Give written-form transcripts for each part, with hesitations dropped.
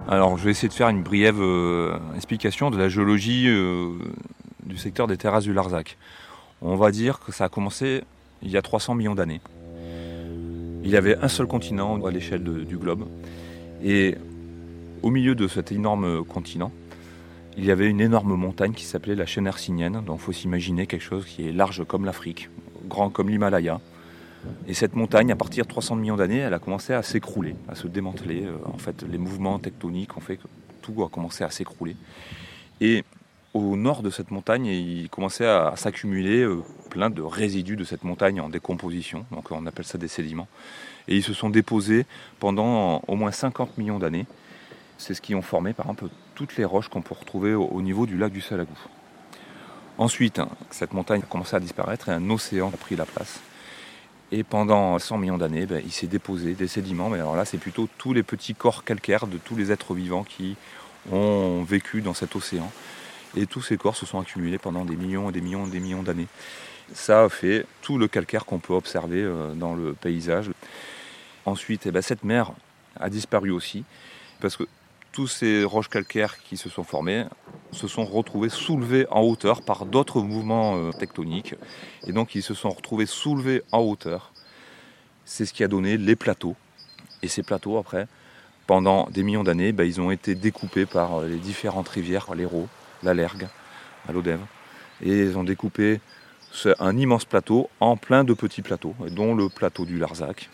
Alors, je vais essayer de faire une brève explication de la géologie du secteur des terrasses du Larzac. On va dire que ça a commencé il y a 300 millions d'années. Il y avait un seul continent à l'échelle du globe. Et au milieu de cet énorme continent, il y avait une énorme montagne qui s'appelait la chaîne hercynienne. Donc il faut s'imaginer quelque chose qui est large comme l'Afrique, grand comme l'Himalaya. Et cette montagne, à partir de 300 millions d'années, elle a commencé à s'écrouler, à se démanteler. En fait, les mouvements tectoniques ont fait que tout a commencé à s'écrouler. Et au nord de cette montagne, il commençait à s'accumuler plein de résidus de cette montagne en décomposition. Donc on appelle ça des sédiments. Et ils se sont déposés pendant au moins 50 millions d'années. C'est ce qui ont formé par exemple toutes les roches qu'on peut retrouver au niveau du lac du Salagou. Ensuite, cette montagne a commencé à disparaître et un océan a pris la place. Et pendant 100 millions d'années, il s'est déposé des sédiments. Mais alors là, c'est plutôt tous les petits corps calcaires de tous les êtres vivants qui ont vécu dans cet océan. Et tous ces corps se sont accumulés pendant des millions et des millions et des millions d'années. Ça a fait tout le calcaire qu'on peut observer dans le paysage. Ensuite, cette mer a disparu aussi, parce que tous ces roches calcaires qui se sont formées se sont retrouvés soulevés en hauteur par d'autres mouvements tectoniques. Et donc ils se sont retrouvés soulevés en hauteur. C'est ce qui a donné les plateaux. Et ces plateaux, après, pendant des millions d'années, ils ont été découpés par les différentes rivières, l'Hérault, la Lergue, à l'Odève. Et ils ont découpé un immense plateau en plein de petits plateaux, dont le plateau du Larzac.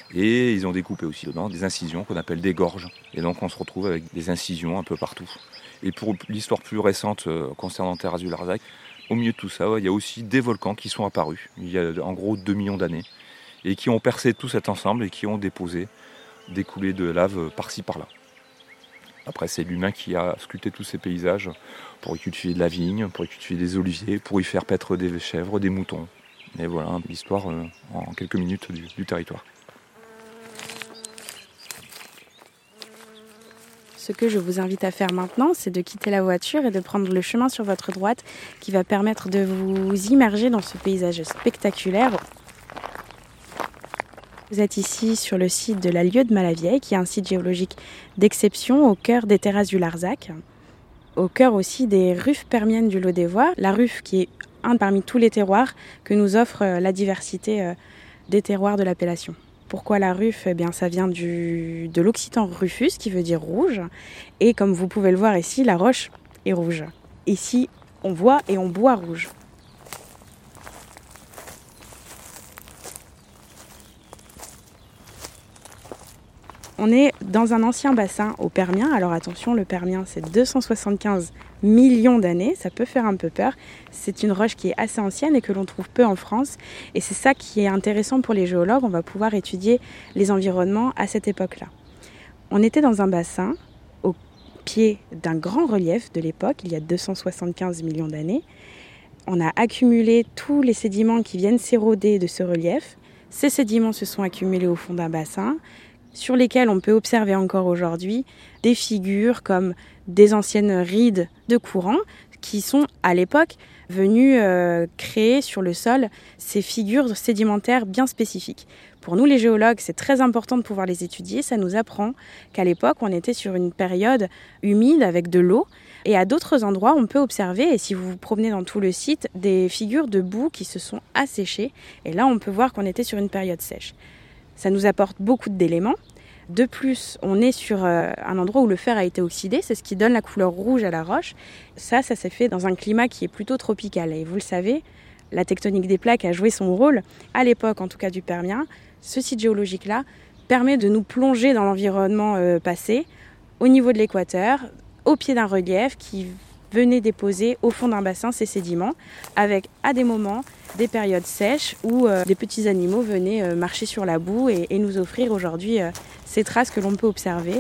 Et ils ont découpé aussi dedans des incisions qu'on appelle des gorges. Et donc on se retrouve avec des incisions un peu partout. Et pour l'histoire plus récente concernant les terrasses du Larzac, au milieu de tout ça, il y a aussi des volcans qui sont apparus, il y a en gros 2 millions d'années, et qui ont percé tout cet ensemble et qui ont déposé des coulées de lave par-ci par-là. Après, c'est l'humain qui a sculpté tous ces paysages pour y cultiver de la vigne, pour y cultiver des oliviers, pour y faire paître des chèvres, des moutons. Et voilà l'histoire en quelques minutes du territoire. Ce que je vous invite à faire maintenant, c'est de quitter la voiture et de prendre le chemin sur votre droite qui va permettre de vous immerger dans ce paysage spectaculaire. Vous êtes ici sur le site de la Lieue de Malavieille, qui est un site géologique d'exception au cœur des terrasses du Larzac, au cœur aussi des ruffes permiennes du Lot-des-Voirs, la ruffe qui est un parmi tous les terroirs que nous offre la diversité des terroirs de l'appellation. Pourquoi la ruffe ? Ça vient de l'occitan rufus, qui veut dire rouge. Et comme vous pouvez le voir ici, la roche est rouge. Ici, on voit et on boit rouge. On est dans un ancien bassin au Permien. Alors attention, le Permien, c'est 275 millions d'années. Ça peut faire un peu peur. C'est une roche qui est assez ancienne et que l'on trouve peu en France. Et c'est ça qui est intéressant pour les géologues. On va pouvoir étudier les environnements à cette époque-là. On était dans un bassin au pied d'un grand relief de l'époque, il y a 275 millions d'années. On a accumulé tous les sédiments qui viennent s'éroder de ce relief. Ces sédiments se sont accumulés au fond d'un bassin, sur lesquels on peut observer encore aujourd'hui des figures comme des anciennes rides de courant qui sont à l'époque venues créer sur le sol ces figures sédimentaires bien spécifiques. Pour nous les géologues, c'est très important de pouvoir les étudier. Ça nous apprend qu'à l'époque, on était sur une période humide avec de l'eau. Et à d'autres endroits, on peut observer, et si vous vous promenez dans tout le site, des figures de boue qui se sont asséchées. Et là, on peut voir qu'on était sur une période sèche. Ça nous apporte beaucoup d'éléments. De plus, on est sur un endroit où le fer a été oxydé, c'est ce qui donne la couleur rouge à la roche. Ça s'est fait dans un climat qui est plutôt tropical. Et vous le savez, la tectonique des plaques a joué son rôle, à l'époque en tout cas du Permien. Ce site géologique-là permet de nous plonger dans l'environnement passé, au niveau de l'équateur, au pied d'un relief qui venait déposer au fond d'un bassin ces sédiments, avec à des moments des périodes sèches où des petits animaux venaient marcher sur la boue et nous offrir aujourd'hui ces traces que l'on peut observer.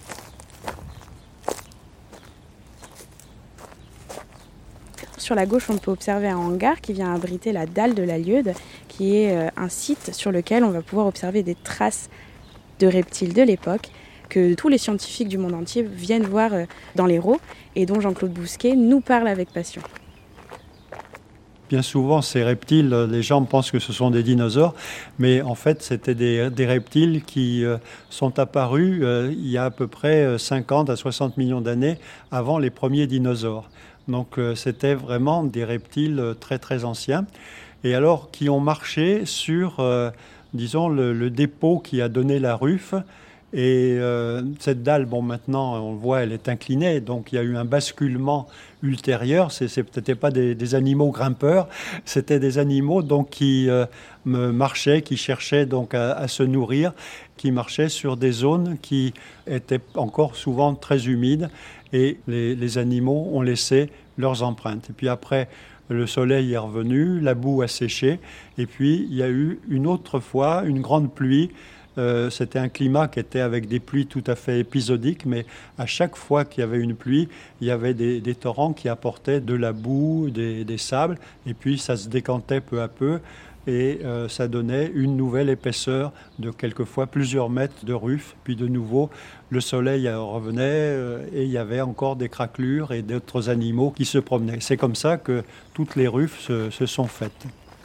Sur la gauche, on peut observer un hangar qui vient abriter la dalle de la Lieude, qui est un site sur lequel on va pouvoir observer des traces de reptiles de l'époque que tous les scientifiques du monde entier viennent voir dans l'Hérault et dont Jean-Claude Bousquet nous parle avec passion. Bien souvent, ces reptiles, les gens pensent que ce sont des dinosaures, mais en fait, c'était des reptiles qui sont apparus il y a à peu près 50 à 60 millions d'années avant les premiers dinosaures. Donc, c'était vraiment des reptiles très, très anciens. Et alors, qui ont marché sur, disons, le dépôt qui a donné la ruffe. Et cette dalle, bon, maintenant, on le voit, elle est inclinée, donc il y a eu un basculement ultérieur. C'est peut-être pas des animaux grimpeurs, c'était des animaux donc qui marchaient, qui cherchaient donc à se nourrir, qui marchaient sur des zones qui étaient encore souvent très humides, et les animaux ont laissé leurs empreintes. Et puis après, le soleil est revenu, la boue a séché, et puis il y a eu une autre fois une grande pluie. C'était un climat qui était avec des pluies tout à fait épisodiques, mais à chaque fois qu'il y avait une pluie, il y avait des torrents qui apportaient de la boue, des sables, et puis ça se décantait peu à peu, et ça donnait une nouvelle épaisseur de quelquefois plusieurs mètres de ruffe. Puis de nouveau, le soleil revenait et il y avait encore des craquelures et d'autres animaux qui se promenaient. C'est comme ça que toutes les ruffes se sont faites.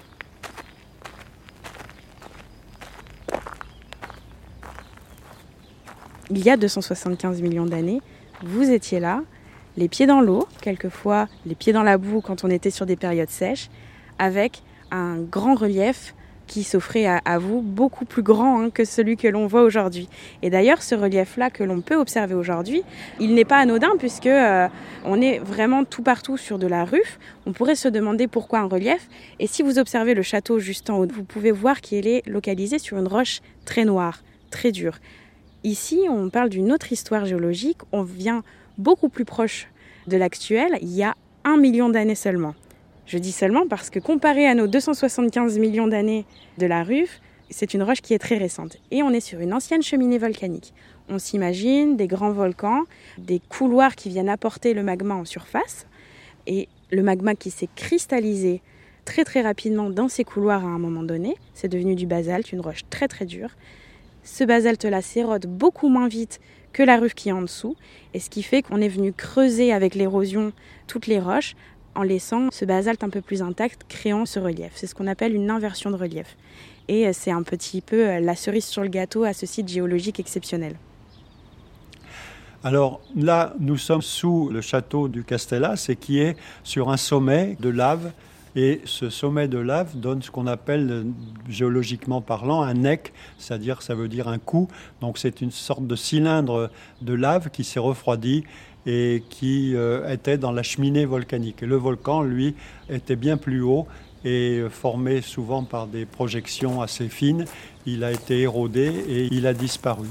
Il y a 275 millions d'années, vous étiez là, les pieds dans l'eau, quelquefois les pieds dans la boue quand on était sur des périodes sèches, avec un grand relief qui s'offrait à vous, beaucoup plus grand que celui que l'on voit aujourd'hui. Et d'ailleurs, ce relief-là que l'on peut observer aujourd'hui, il n'est pas anodin puisque on est vraiment tout partout sur de la ruffe. On pourrait se demander pourquoi un relief. Et si vous observez le château juste en haut, vous pouvez voir qu'il est localisé sur une roche très noire, très dure. Ici, on parle d'une autre histoire géologique. On vient beaucoup plus proche de l'actuel, il y a 1 million d'années seulement. Je dis seulement parce que comparé à nos 275 millions d'années de la ruffe, c'est une roche qui est très récente. Et on est sur une ancienne cheminée volcanique. On s'imagine des grands volcans, des couloirs qui viennent apporter le magma en surface. Et le magma qui s'est cristallisé très très rapidement dans ces couloirs à un moment donné, c'est devenu du basalte, une roche très très dure. Ce basalte-là s'érode beaucoup moins vite que la ruffe qui est en dessous, et ce qui fait qu'on est venu creuser avec l'érosion toutes les roches en laissant ce basalte un peu plus intact, créant ce relief. C'est ce qu'on appelle une inversion de relief. Et c'est un petit peu la cerise sur le gâteau à ce site géologique exceptionnel. Alors là, nous sommes sous le château du Castellas, et qui est sur un sommet de lave. Et ce sommet de lave donne ce qu'on appelle, géologiquement parlant, un nec, c'est-à-dire ça veut dire un coup. Donc c'est une sorte de cylindre de lave qui s'est refroidi et qui était dans la cheminée volcanique. Et le volcan, lui, était bien plus haut et formé souvent par des projections assez fines. Il a été érodé et il a disparu.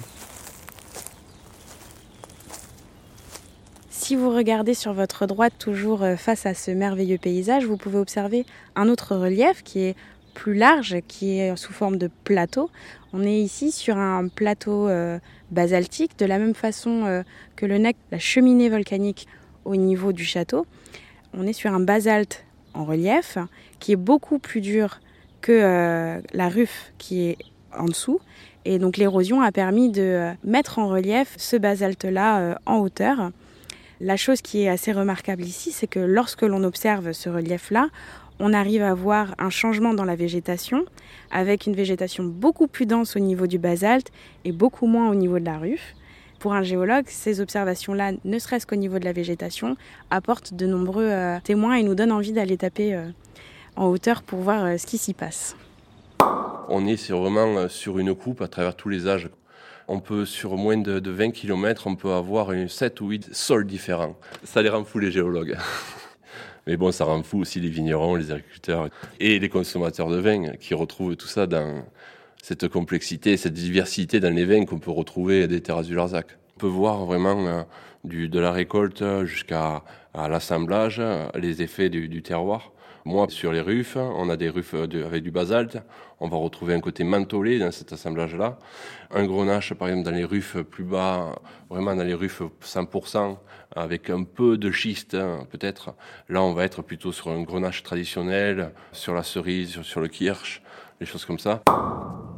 Si vous regardez sur votre droite, toujours face à ce merveilleux paysage, vous pouvez observer un autre relief qui est plus large, qui est sous forme de plateau. On est ici sur un plateau basaltique, de la même façon que le nec, la cheminée volcanique au niveau du château. On est sur un basalte en relief qui est beaucoup plus dur que la ruffe qui est en dessous. Et donc l'érosion a permis de mettre en relief ce basalte-là en hauteur. La chose qui est assez remarquable ici, c'est que lorsque l'on observe ce relief-là, on arrive à voir un changement dans la végétation, avec une végétation beaucoup plus dense au niveau du basalte et beaucoup moins au niveau de la ruffe. Pour un géologue, ces observations-là, ne serait-ce qu'au niveau de la végétation, apportent de nombreux témoins et nous donnent envie d'aller taper en hauteur pour voir ce qui s'y passe. On est vraiment sur une coupe à travers tous les âges. On peut, sur moins de 20 km, on peut avoir 7 ou 8 sols différents. Ça les rend fous, les géologues. Mais bon, ça rend fou aussi les vignerons, les agriculteurs et les consommateurs de vin qui retrouvent tout ça dans cette complexité, cette diversité dans les vins qu'on peut retrouver des terrasses du Larzac. On peut voir vraiment de la récolte jusqu'à l'assemblage, les effets du terroir. Moi, sur les ruffes, on a des ruffes avec du basalte. On va retrouver un côté mentholé dans cet assemblage-là. Un grenache, par exemple, dans les ruffes plus bas, vraiment dans les ruffes 100%, avec un peu de schiste, peut-être. Là, on va être plutôt sur un grenache traditionnel, sur la cerise, sur le kirsch, des choses comme ça.